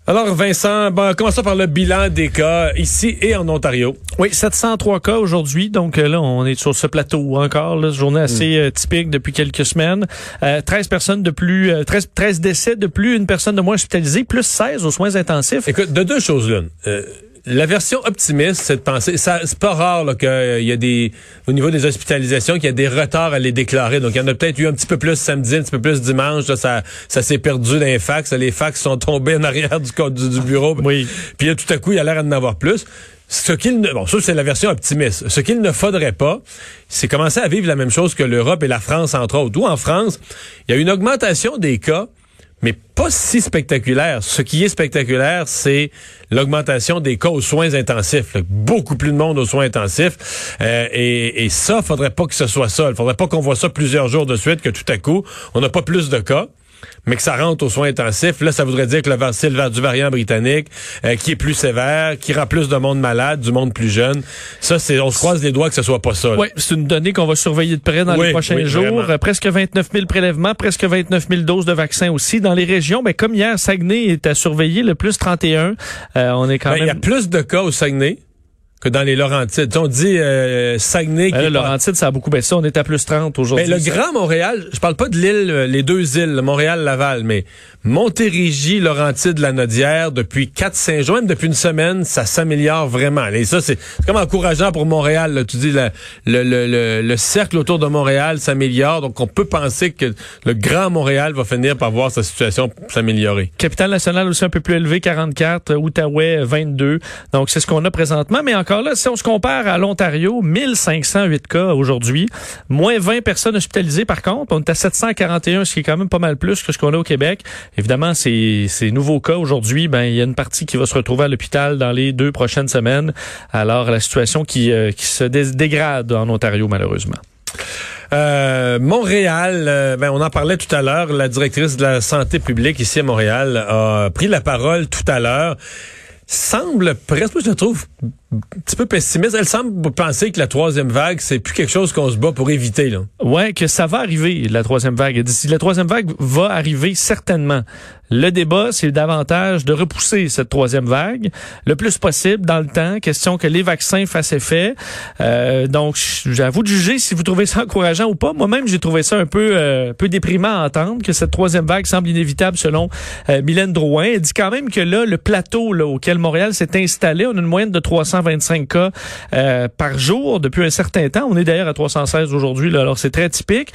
Alors Vincent, commençons par le bilan des cas ici et en Ontario. Oui, 703 cas aujourd'hui. Donc là, on est sur ce plateau encore. Là, journée assez typique depuis quelques semaines. 13 personnes de plus, 13 décès de plus, une personne de moins hospitalisée, plus 16 aux soins intensifs. Écoute, de deux choses l'une. La version optimiste, c'est de penser, ça, c'est pas rare là, qu'il y a au niveau des hospitalisations, qu'il y a des retards à les déclarer. Donc, il y en a peut-être eu un petit peu plus samedi, un petit peu plus dimanche. Là, ça s'est perdu dans les fax. Là, les fax sont tombés en arrière du bureau. Oui. Puis là, tout à coup, il y a l'air d'en avoir plus. Ça, c'est la version optimiste. Ce qu'il ne faudrait pas, c'est commencer à vivre la même chose que l'Europe et la France, entre autres. Où en France, il y a une augmentation des cas, mais pas si spectaculaire. Ce qui est spectaculaire, c'est l'augmentation des cas aux soins intensifs. Là. Beaucoup plus de monde aux soins intensifs. Et ça, faudrait pas que ce soit ça. Il faudrait pas qu'on voit ça plusieurs jours de suite, que tout à coup, on n'a pas plus de cas, mais que ça rentre aux soins intensifs. Là, ça voudrait dire que c'est du variant britannique, qui est plus sévère, qui rend plus de monde malade, du monde plus jeune. Ça, on se croise les doigts que ce soit pas ça. Oui, c'est une donnée qu'on va surveiller de près dans les prochains jours. Presque 29 000 prélèvements, presque 29 000 doses de vaccins aussi. Dans les régions, comme hier, Saguenay est à surveiller, le plus 31. On est quand même... Il y a plus de cas au Saguenay que dans les Laurentides. On dit Saguenay... Laurentides, ça a beaucoup baissé. On est à plus 30 aujourd'hui. Mais le Grand Montréal, je parle pas de l'île, les deux îles, Montréal-Laval, mais Montérégie, Laurentides, Lanaudière, depuis 4-5 jours, même depuis une semaine, ça s'améliore vraiment. Et ça, c'est comme encourageant pour Montréal. Là. Tu dis, le cercle autour de Montréal s'améliore, donc on peut penser que le Grand Montréal va finir par voir sa situation s'améliorer. Capitale-Nationale aussi un peu plus élevée, 44, Outaouais, 22. Donc, c'est ce qu'on a présentement. Mais encore là, si on se compare à l'Ontario, 1508 cas aujourd'hui, moins 20 personnes hospitalisées par contre. On est à 741, ce qui est quand même pas mal plus que ce qu'on a au Québec. Évidemment, ces nouveaux cas aujourd'hui, il y a une partie qui va se retrouver à l'hôpital dans les 2 prochaines semaines. Alors, la situation qui se dégrade en Ontario, malheureusement. Montréal, on en parlait tout à l'heure. La directrice de la santé publique ici à Montréal a pris la parole tout à l'heure. Semble presque, je trouve, un petit peu pessimiste. Elle semble penser que la troisième vague, c'est plus quelque chose qu'on se bat pour éviter, là. Ouais, que ça va arriver, la troisième vague. La troisième vague va arriver certainement. Le débat, c'est davantage de repousser cette troisième vague le plus possible dans le temps. Question que les vaccins fassent effet. Donc, j'avoue de juger si vous trouvez ça encourageant ou pas. Moi-même, j'ai trouvé ça un peu déprimant à entendre que cette troisième vague semble inévitable selon Mylène Drouin. Elle dit quand même que là, le plateau là, auquel Montréal s'est installé, on a une moyenne de 325 cas par jour depuis un certain temps. On est d'ailleurs à 316 aujourd'hui, là, alors c'est très typique.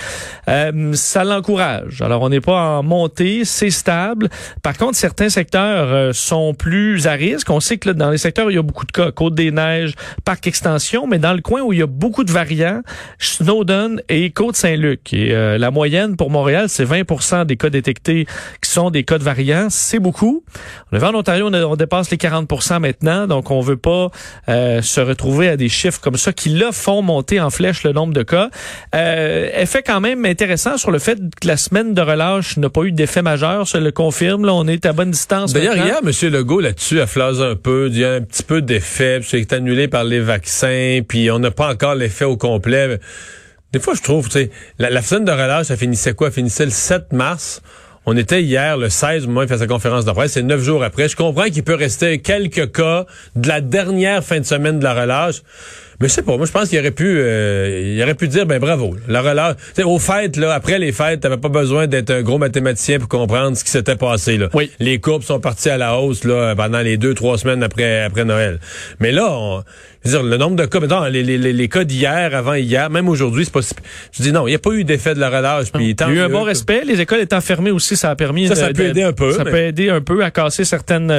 Ça l'encourage. Alors, on n'est pas en montée, c'est stable. Par contre, certains secteurs sont plus à risque. On sait que là, dans les secteurs où il y a beaucoup de cas, Côte-des-Neiges, Parc Extension, mais dans le coin où il y a beaucoup de variants, Snowden et Côte-Saint-Luc. Et la moyenne pour Montréal, c'est 20% des cas détectés qui sont des cas de variants. C'est beaucoup. On est en Ontario, on dépasse les 40% maintenant, donc on veut pas se retrouver à des chiffres comme ça qui, là, font monter en flèche le nombre de cas. Effet quand même intéressant sur le fait que la semaine de relâche n'a pas eu d'effet majeur, ça le confirme. Là, on est à bonne distance. D'ailleurs, hier, M. Legault, là-dessus, a flasé un peu. Il y a un petit peu d'effet. C'est annulé par les vaccins. Puis on n'a pas encore l'effet au complet. Des fois, je trouve, tu sais, la semaine de relâche, ça finissait quoi? Elle finissait le 7 mars. On était hier, le 16, au moment où il fait sa conférence de presse. C'est 9 jours après. Je comprends qu'il peut rester quelques cas de la dernière fin de semaine de la relâche. Mais je sais pas, moi je pense qu'il aurait pu dire bravo. La relâche, aux fêtes là, après les fêtes, t'avais pas besoin d'être un gros mathématicien pour comprendre ce qui s'était passé là. Oui. Les courbes sont parties à la hausse là pendant les 2-3 semaines après Noël. Mais là, je veux dire, le nombre de cas, mettons, les cas d'hier, avant hier, même aujourd'hui, c'est pas si... Je dis non, il n'y a pas eu d'effet de la relâche. Puis il y a eu un bon respect. Les écoles étant fermées aussi, ça a permis... Ça peut aider un peu. Ça peut aider un peu à casser certaines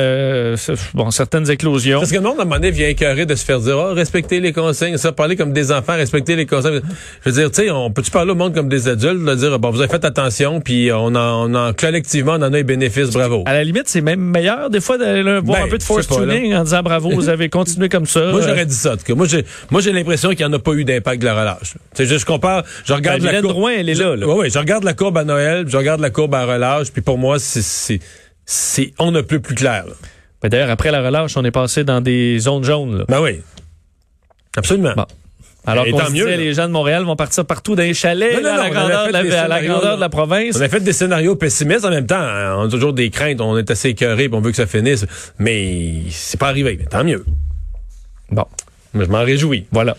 éclosions. Parce que le monde, à un moment donné, vient écœurer de se faire dire, respectez les consignes, ça, parler comme des enfants, respecter les consignes. Je veux dire, tu sais, on peut-tu parler au monde comme des adultes, de dire, vous avez fait attention, puis collectivement, on en a les bénéfices, bravo. À la limite, c'est même meilleur, des fois, d'aller voir un peu de force tuning en disant bravo, vous avez continué comme ça. Moi, j'aurais dit ça, en tout cas. Moi, j'ai l'impression qu'il n'y en a pas eu d'impact de la relâche. Je compare, je regarde la courbe. Drouin, elle est là. Oui, je regarde la courbe à Noël, je regarde la courbe à relâche, puis pour moi, c'est on ne peut plus clair. D'ailleurs, après la relâche, on est passé dans des zones jaunes. Là. Ben oui. Absolument. Bon. Alors qu'on se disait, les gens de Montréal vont partir partout dans les chalets, à la grandeur de la province. On a fait des scénarios pessimistes. En même temps, on a toujours des craintes. On est assez écœurés et on veut que ça finisse. Mais c'est pas arrivé. Mais tant mieux. Bon. Mais je m'en réjouis. Voilà.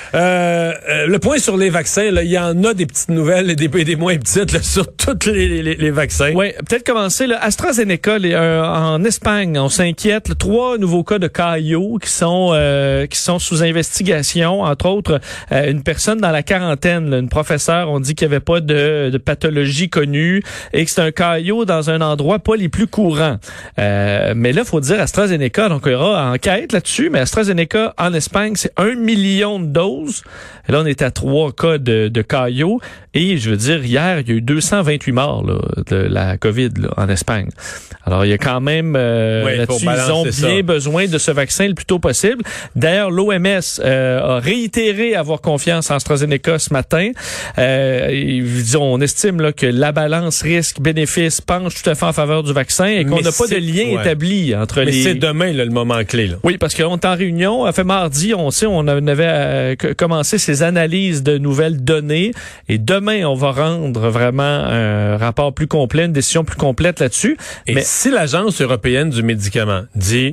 Le point sur les vaccins, là, il y en a des petites nouvelles et des moins petites là, sur tous les vaccins. Oui, peut-être commencer. Là, AstraZeneca, en Espagne, on s'inquiète. 3 nouveaux cas de caillots qui sont sous investigation. Entre autres, une personne dans la quarantaine, là, une professeure, on dit qu'il n'y avait pas de pathologie connue et que c'est un caillot dans un endroit pas les plus courants. Mais là, il faut dire AstraZeneca, donc il y aura enquête là-dessus, mais AstraZeneca en Espagne, c'est 1 million de doses. Et là, on est à 3 cas de caillots. Et je veux dire, hier, il y a eu 228 morts là, de la COVID là, en Espagne. Alors, il y a quand même là-dessus, ils ont bien besoin de ce vaccin le plus tôt possible. D'ailleurs, l'OMS a réitéré avoir confiance en AstraZeneca ce matin. On estime là, que la balance risque-bénéfice penche tout à fait en faveur du vaccin et qu'on n'a pas de lien établi entre les... Mais c'est demain là, le moment clé. Là. Oui, parce qu'on est en réunion. Fait mardi, on avait commencé ces analyses de nouvelles données et demain, on va rendre vraiment un rapport plus complet, une décision plus complète là-dessus. Et si l'Agence européenne du médicament dit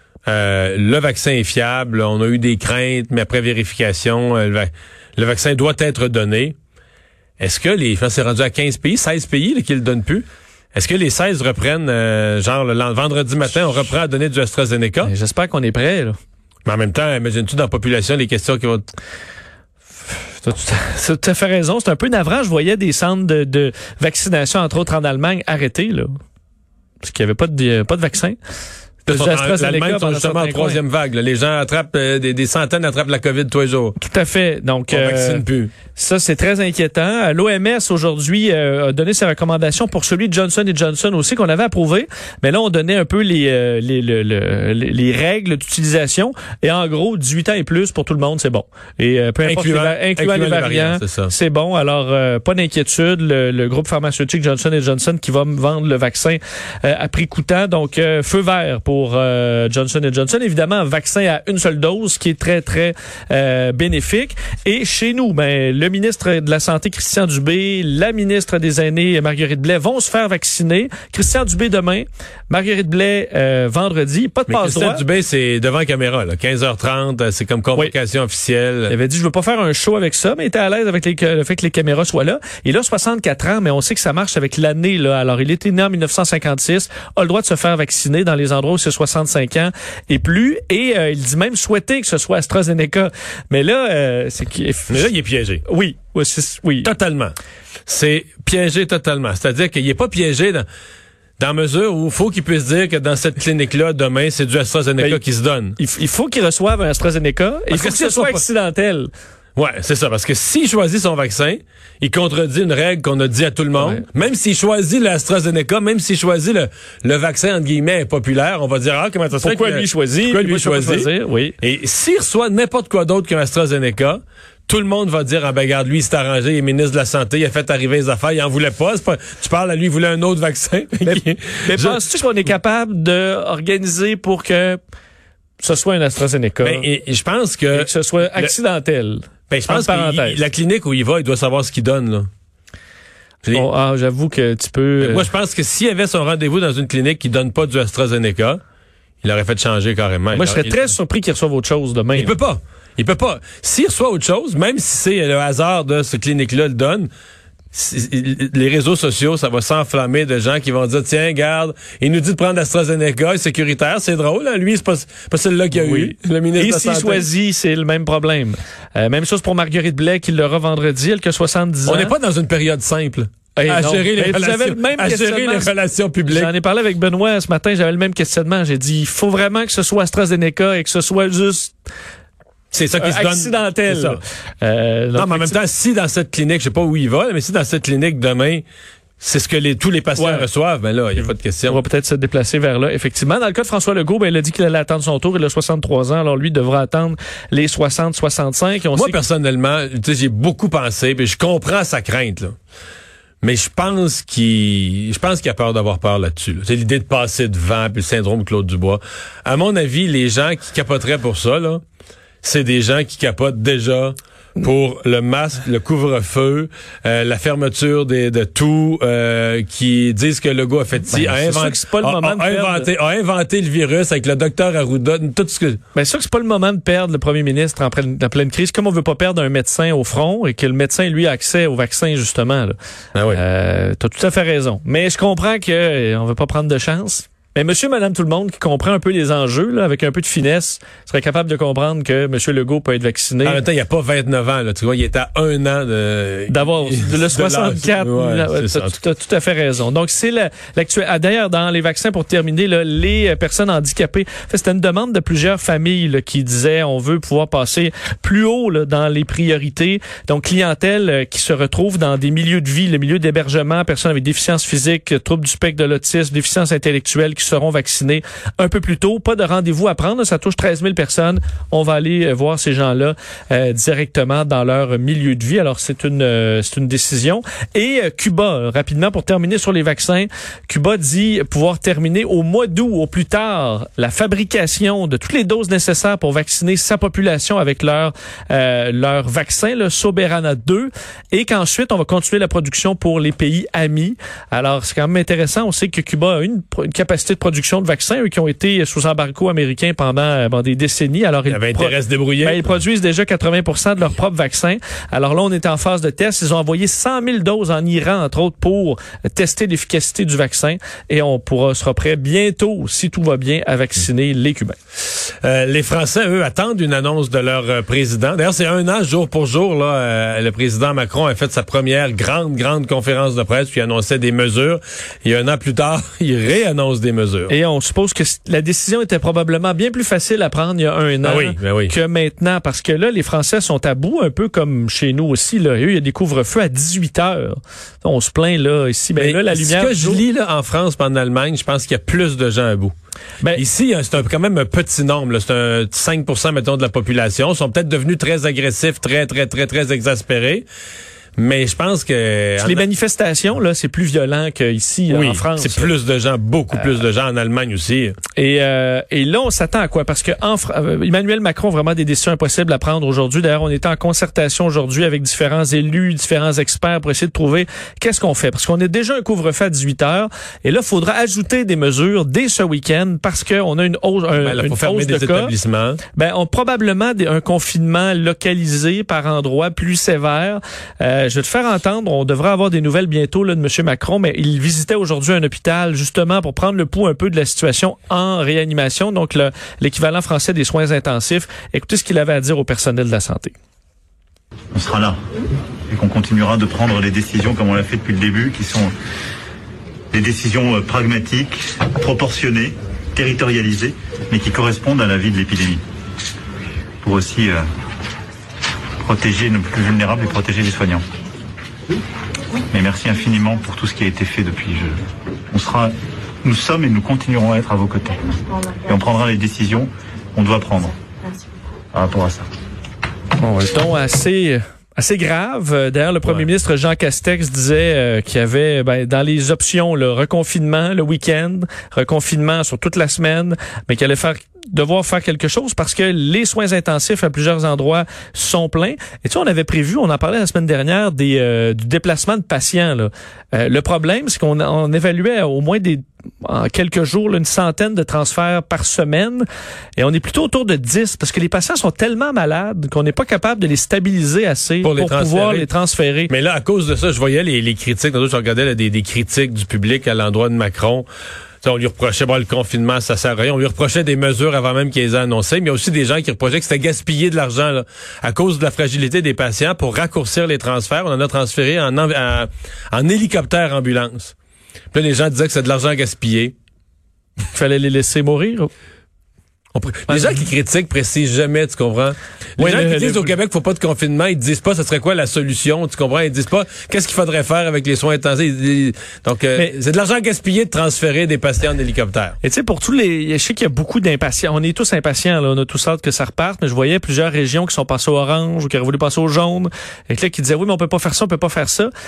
le vaccin est fiable, on a eu des craintes, mais après vérification, le vaccin doit être donné, est-ce que c'est rendu à 15 pays, 16 pays là, qui le donnent plus? Est-ce que les 16 reprennent, le vendredi matin, on reprend à donner du AstraZeneca? J'espère qu'on est prêt, là. Mais en même temps, imagines-tu dans la population les questions qui vont... Tu as fait raison. C'est un peu navrant. Je voyais des centres de vaccination, entre autres en Allemagne, arrêtés, là. Parce qu'il n'y avait pas de vaccin. L'Allemagne sont justement en 3e vague. Là. Les gens attrapent, des centaines attrapent la COVID tous les jours. Tout à fait. Donc, on vaccine plus. Ça, c'est très inquiétant. L'OMS, aujourd'hui, a donné ses recommandations pour celui de Johnson & Johnson aussi, qu'on avait approuvé. Mais là, on donnait un peu les règles d'utilisation. Et en gros, 18 ans et plus pour tout le monde, c'est bon. Et peu importe incluant les variants, c'est bon. Alors, pas d'inquiétude. Le groupe pharmaceutique Johnson & Johnson qui va vendre le vaccin à prix coûtant. Donc, feu vert pour Johnson & Johnson. Évidemment, un vaccin à une seule dose qui est très, très bénéfique. Et chez nous, le ministre de la Santé, Christian Dubé, la ministre des Aînés, Marguerite Blais, vont se faire vacciner. Christian Dubé demain, Marguerite Blais vendredi. Pas de passe-droit. Christian Dubé, c'est devant caméra, là, 15h30, c'est comme convocation officielle. Il avait dit, je veux pas faire un show avec ça, mais il était à l'aise avec le fait que les caméras soient là. Il a 64 ans, mais on sait que ça marche avec l'année. Là. Alors, il était né en 1956, a le droit de se faire vacciner dans les endroits où c'est 65 ans et plus. Et il dit même souhaiter que ce soit AstraZeneca. Mais là, Mais là, il est piégé. Oui. Totalement. C'est piégé totalement. C'est-à-dire qu'il n'est pas piégé dans mesure où il faut qu'il puisse dire que dans cette clinique-là, demain, c'est du AstraZeneca qui se donne. Il faut qu'il reçoive un AstraZeneca et il faut que ce soit accidentel. Ouais, c'est ça. Parce que s'il choisit son vaccin, il contredit une règle qu'on a dit à tout le monde. Ouais. Même s'il choisit l'AstraZeneca, même s'il choisit le vaccin, entre guillemets, populaire, on va dire, comment ça se fait? Pourquoi lui choisit? Oui. Et s'il reçoit n'importe quoi d'autre qu'un AstraZeneca, tout le monde va dire, regarde, lui, il s'est arrangé, il est ministre de la Santé, il a fait arriver les affaires, il en voulait pas. Tu parles à lui, il voulait un autre vaccin. Mais penses-tu qu'on est capable d'organiser pour que ce soit un AstraZeneca? Et je pense que ce soit accidentel. Je pense que la clinique où il va, il doit savoir ce qu'il donne, là. J'avoue que tu peux... Moi, je pense que s'il avait son rendez-vous dans une clinique qui donne pas du AstraZeneca, il aurait fait changer carrément. Moi, je serais très surpris qu'il reçoive autre chose demain. Il peut pas. S'il reçoit autre chose, même si c'est le hasard de ce clinique-là le donne, les réseaux sociaux, ça va s'enflammer de gens qui vont dire, tiens, garde, il nous dit de prendre AstraZeneca, est sécuritaire, c'est drôle, hein? Lui, c'est pas celle-là qu'il y a eu, le ministre de la Santé. Et s'il choisit, c'est le même problème. Même chose pour Marguerite Blais, qui l'aura vendredi, elle qui a 70 ans. On n'est pas dans une période simple. À gérer les relations publiques. J'en ai parlé avec Benoît ce matin, j'avais le même questionnement. J'ai dit, il faut vraiment que ce soit AstraZeneca et que ce soit juste... C'est ça qui se donne. Accidentel. C'est ça. Non, mais en même temps, si dans cette clinique, je sais pas où il va, mais si dans cette clinique demain, c'est ce que tous les patients reçoivent, ben là, il n'y a pas de question. On va peut-être se déplacer vers là, effectivement. Dans le cas de François Legault, il a dit qu'il allait attendre son tour. Il a 63 ans, alors lui devra attendre les 60-65. Moi, personnellement, j'ai beaucoup pensé, puis je comprends sa crainte, là. Mais je pense qu'il a peur d'avoir peur là-dessus. Là. C'est l'idée de passer devant, puis le syndrome Claude Dubois. À mon avis, les gens qui capoteraient pour ça, là, c'est des gens qui capotent déjà pour le masque, le couvre-feu, la fermeture de tout, qui disent que Legault a fait a inventé le virus avec le docteur Arruda, tout ce que... Ben, c'est sûr que c'est pas le moment de perdre le premier ministre en pleine crise. Comme on veut pas perdre un médecin au front et que le médecin, lui, a accès au vaccin, justement, là. Ah oui. T'as tout à fait raison. Mais je comprends qu'on veut pas prendre de chance. Mais monsieur, madame, tout le monde qui comprend un peu les enjeux, là, avec un peu de finesse, serait capable de comprendre que monsieur Legault peut être vacciné. En même temps, il n'y a pas 29 ans, là. Tu vois, il est à 1 an d'avoir le 64. T'as tout à fait raison. Donc, c'est l'actuel. D'ailleurs, dans les vaccins, pour terminer, là, les personnes handicapées, c'était une demande de plusieurs familles là, qui disaient on veut pouvoir passer plus haut là, dans les priorités. Donc, clientèle qui se retrouve dans des milieux de vie, le milieu d'hébergement, personnes avec déficience physique, troubles du spectre de l'autisme, déficience intellectuelle qui seront vaccinés un peu plus tôt. Pas de rendez-vous à prendre. Ça touche 13 000 personnes. On va aller voir ces gens-là directement dans leur milieu de vie. Alors, c'est une décision. Et Cuba, rapidement, pour terminer sur les vaccins, Cuba dit pouvoir terminer au mois d'août, au plus tard, la fabrication de toutes les doses nécessaires pour vacciner sa population avec leur vaccin, le Soberana 2, et qu'ensuite, on va continuer la production pour les pays amis. Alors, c'est quand même intéressant. On sait que Cuba a une capacité de production de vaccins, eux qui ont été sous embargo américain pendant des décennies. Alors, ils avaient intérêt à se débrouiller. Ils produisent déjà 80% de leur propre vaccin. Alors là, on est en phase de test. Ils ont envoyé 100 000 doses en Iran, entre autres, pour tester l'efficacité du vaccin. Et on sera prêt bientôt, si tout va bien, à vacciner les Cubains. Les Français, eux, attendent une annonce de leur président. D'ailleurs, c'est 1 an, jour pour jour. Là, le président Macron a fait sa première grande conférence de presse, puis il annonçait des mesures. Et 1 an plus tard, il réannonce des mesures. Et on suppose que la décision était probablement bien plus facile à prendre il y a 1 an que maintenant, parce que là, les Français sont à bout, un peu comme chez nous aussi. Là. Eux, il y a des couvre-feux à 18 heures. On se plaint là ici, mais là, la lumière... Ce que je lis là, en France, pas en Allemagne, je pense qu'il y a plus de gens à bout. Ici, c'est quand même un petit nombre. Là. C'est un 5%, mettons, de la population. Ils sont peut-être devenus très agressifs, très exaspérés. Mais je pense que... Les manifestations, là, c'est plus violent qu'ici, en France. C'est plus de gens, beaucoup plus de gens en Allemagne aussi. Et là, on s'attend à quoi? Parce que Emmanuel Macron a vraiment des décisions impossibles à prendre aujourd'hui. D'ailleurs, on était en concertation aujourd'hui avec différents élus, différents experts pour essayer de trouver qu'est-ce qu'on fait. Parce qu'on a déjà un couvre-feu à 18 heures. Et là, il faudra ajouter des mesures dès ce week-end parce qu'on a une hausse, une hausse de cas. Établissements. Probablement un confinement localisé par endroits plus sévère. Je vais te faire entendre, on devrait avoir des nouvelles bientôt là, de M. Macron, mais il visitait aujourd'hui un hôpital justement pour prendre le pouls un peu de la situation en réanimation, donc l'équivalent français des soins intensifs. Écoutez ce qu'il avait à dire au personnel de la santé. On sera là et qu'on continuera de prendre les décisions comme on l'a fait depuis le début, qui sont des décisions pragmatiques, proportionnées, territorialisées, mais qui correspondent à la vie de l'épidémie. Pour aussi... protéger nos plus vulnérables et protéger les soignants. Mais merci infiniment pour tout ce qui a été fait depuis. Nous sommes et nous continuerons à être à vos côtés. Et on prendra les décisions qu'on doit prendre par rapport à ça. Bon, le ton assez grave. D'ailleurs, le premier ministre Jean Castex disait qu'il y avait dans les options le reconfinement le week-end, reconfinement sur toute la semaine, mais qu'il allait devoir faire quelque chose parce que les soins intensifs à plusieurs endroits sont pleins. Et tu sais, on avait prévu, on en parlait la semaine dernière, du déplacement de patients. Là. Le problème, c'est qu'on évaluait au moins en quelques jours, une centaine de transferts par semaine. Et on est plutôt autour de 10 parce que les patients sont tellement malades qu'on n'est pas capable de les stabiliser assez pour pouvoir les transférer. Mais là, à cause de ça, je voyais les critiques. Je regardais là, des critiques du public à l'endroit de Macron. T'sais, on lui reprochait le confinement, ça sert à rien. On lui reprochait des mesures avant même qu'il les ait annoncées. Mais il y a aussi des gens qui reprochaient que c'était gaspiller de l'argent là, à cause de la fragilité des patients pour raccourcir les transferts. On en a transféré en hélicoptère ambulance. Puis là, les gens disaient que c'est de l'argent gaspillé. Il fallait les laisser mourir. Les gens qui critiquent précisent jamais, tu comprends? Les gens qui disent au Québec qu'il faut pas de confinement, ils disent pas ce serait quoi la solution, tu comprends? Ils disent pas qu'est-ce qu'il faudrait faire avec les soins intensifs. Donc, c'est de l'argent gaspillé de transférer des patients en hélicoptère. Et tu sais, pour tous je sais qu'il y a beaucoup d'impatients. On est tous impatients, là. On a tous hâte que ça reparte, mais je voyais plusieurs régions qui sont passées au orange ou qui auraient voulu passer au jaune. Et là, qui disaient, oui, mais on peut pas faire ça, on peut pas faire ça.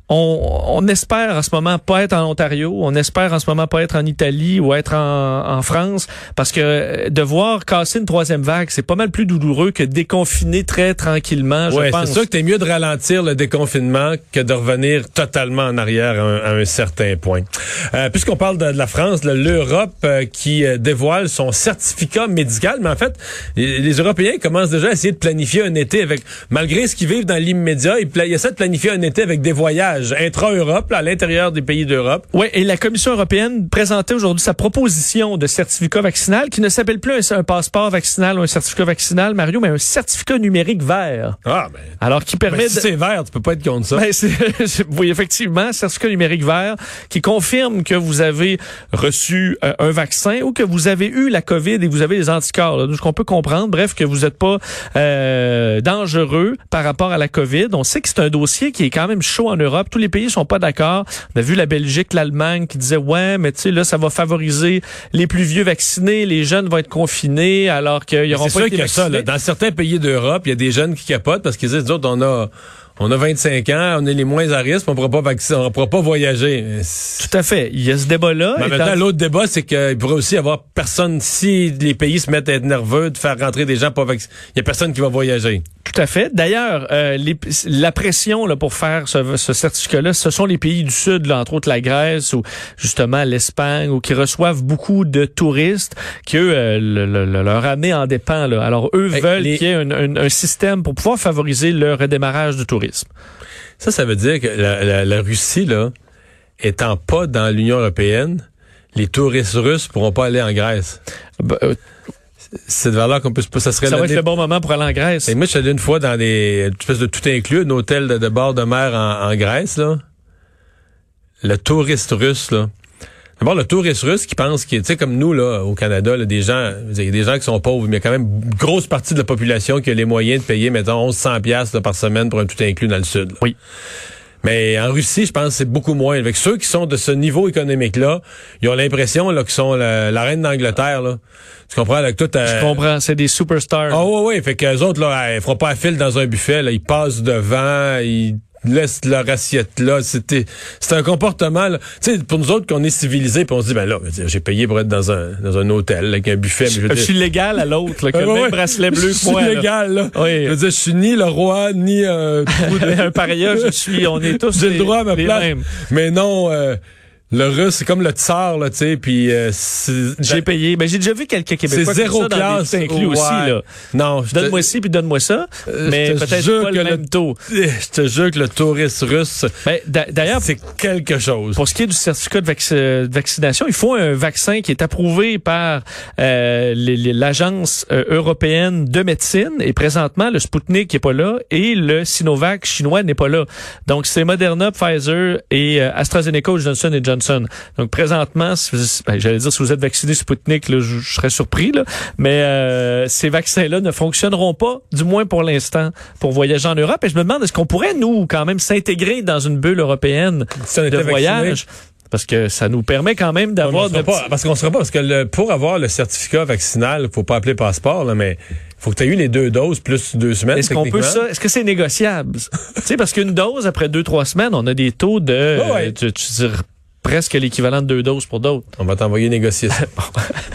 On espère en ce moment pas être en Ontario, on espère en ce moment pas être en Italie ou être en France, parce que devoir casser une troisième vague, c'est pas mal plus douloureux que déconfiner très tranquillement, je pense. C'est sûr que t'es mieux de ralentir le déconfinement que de revenir totalement en arrière à un certain point. Puisqu'on parle de la France, l'Europe qui dévoile son certificat médical, mais en fait, les Européens commencent déjà à essayer de planifier un été avec, malgré ce qu'ils vivent dans l'immédiat, ils essaient de planifier un été avec des voyages intra-Europe, à l'intérieur des pays d'Europe. Oui, et la Commission européenne présentait aujourd'hui sa proposition de certificat vaccinal qui ne s'appelle plus un passeport vaccinal ou un certificat vaccinal, Mario, mais un certificat numérique vert. Ah, ben. Alors, qui permet si c'est vert, tu peux pas être contre ça. Ben, oui, effectivement, certificat numérique vert qui confirme que vous avez reçu un vaccin ou que vous avez eu la COVID et que vous avez des anticorps. Là, ce qu'on peut comprendre, bref, que vous n'êtes pas dangereux par rapport à la COVID. On sait que c'est un dossier qui est quand même chaud en Europe. Tous les pays sont pas d'accord. On a vu la Belgique, l'Allemagne qui disaient ouais, mais tu sais là ça va favoriser les plus vieux vaccinés, les jeunes vont être confinés alors qu'ils n'auront pas été vaccinés. Ça, là, dans certains pays d'Europe, il y a des jeunes qui capotent parce qu'ils disent nous autres, on a 25 ans, on est les moins à risque, on pourra pas voyager. Tout à fait. Il y a ce débat-là. Mais maintenant, l'autre débat, c'est qu'il pourrait aussi y avoir personne, si les pays se mettent à être nerveux de faire rentrer des gens pas vaccinés, il y a personne qui va voyager. Tout à fait. D'ailleurs, la pression là, pour faire ce certificat-là, ce sont les pays du Sud, là, entre autres la Grèce ou justement l'Espagne, ou qui reçoivent beaucoup de touristes, qui eux, leur année en dépend. Là. Alors, eux veulent qu'il y ait un système pour pouvoir favoriser le redémarrage du tourisme. Ça veut dire que la Russie, là, étant pas dans l'Union européenne, les touristes russes pourront pas aller en Grèce. C'est de valeur qu'on peut ça serait ça va être le bon moment pour aller en Grèce. Et moi, je suis allé une fois dans une espèce de tout inclus, un hôtel de bord de mer en Grèce, là. Le touriste russe, là. D'abord, le touriste russe qui pense tu sais, comme nous, là, au Canada, là, il y a des gens qui sont pauvres, mais il y a quand même une grosse partie de la population qui a les moyens de payer, mettons, 1100 piastres par semaine pour un tout inclus dans le Sud, là. Oui. Mais en Russie, je pense que c'est beaucoup moins. Avec ceux qui sont de ce niveau économique-là, ils ont l'impression là qu'ils sont la reine d'Angleterre, là. Tu comprends? Là, que toi, je comprends, c'est des superstars. Ah oui. Fait qu'eux autres, là, ils feront pas à fil dans un buffet, là. Ils passent devant, ils laissent leur assiette là. C'est un comportement, là. Tu sais, pour nous autres, qu'on est civilisés, puis on se dit, ben là, j'ai payé pour être dans un hôtel, là, avec un buffet. Mais je suis légal à l'autre, là, qui a le même bracelet bleu que moi. Je suis légal, là. Oui. Je veux dire, je suis ni le roi, ni un paria, on est tous j'ai le droit à ma place. Mêmes. Mais non, le russe, c'est comme le tsar, là, tu sais, puis j'ai payé. Ben, j'ai déjà vu quelques Québécois c'est zéro classe inclus aussi, là. Non, donne-moi ci puis donne-moi ça, mais peut-être pas le même taux. Je te jure que le touriste russe, ben, d'ailleurs, c'est quelque chose. Pour ce qui est du certificat de vaccination, il faut un vaccin qui est approuvé par l'agence européenne de médecine, et présentement le Sputnik n'est pas là et le Sinovac chinois n'est pas là. Donc c'est Moderna, Pfizer et AstraZeneca ou Johnson & Johnson. Donc présentement, j'allais dire si vous êtes vacciné Sputnik, là, je serais surpris, là, mais ces vaccins-là ne fonctionneront pas, du moins pour l'instant, pour voyager en Europe. Et je me demande, est-ce qu'on pourrait, nous, quand même, s'intégrer dans une bulle européenne de voyage? Parce que ça nous permet quand même d'avoir... Parce qu'on sera pas, parce que pour avoir le certificat vaccinal, il faut pas appeler passeport, là, mais faut que tu aies eu les 2 doses plus 2 semaines. Est-ce qu'on peut ça? Est-ce que c'est négociable? Tu sais, parce qu'une dose, après 2-3 semaines, on a des taux de... tu dis presque l'équivalent de 2 doses pour d'autres. On va t'envoyer négocier ça.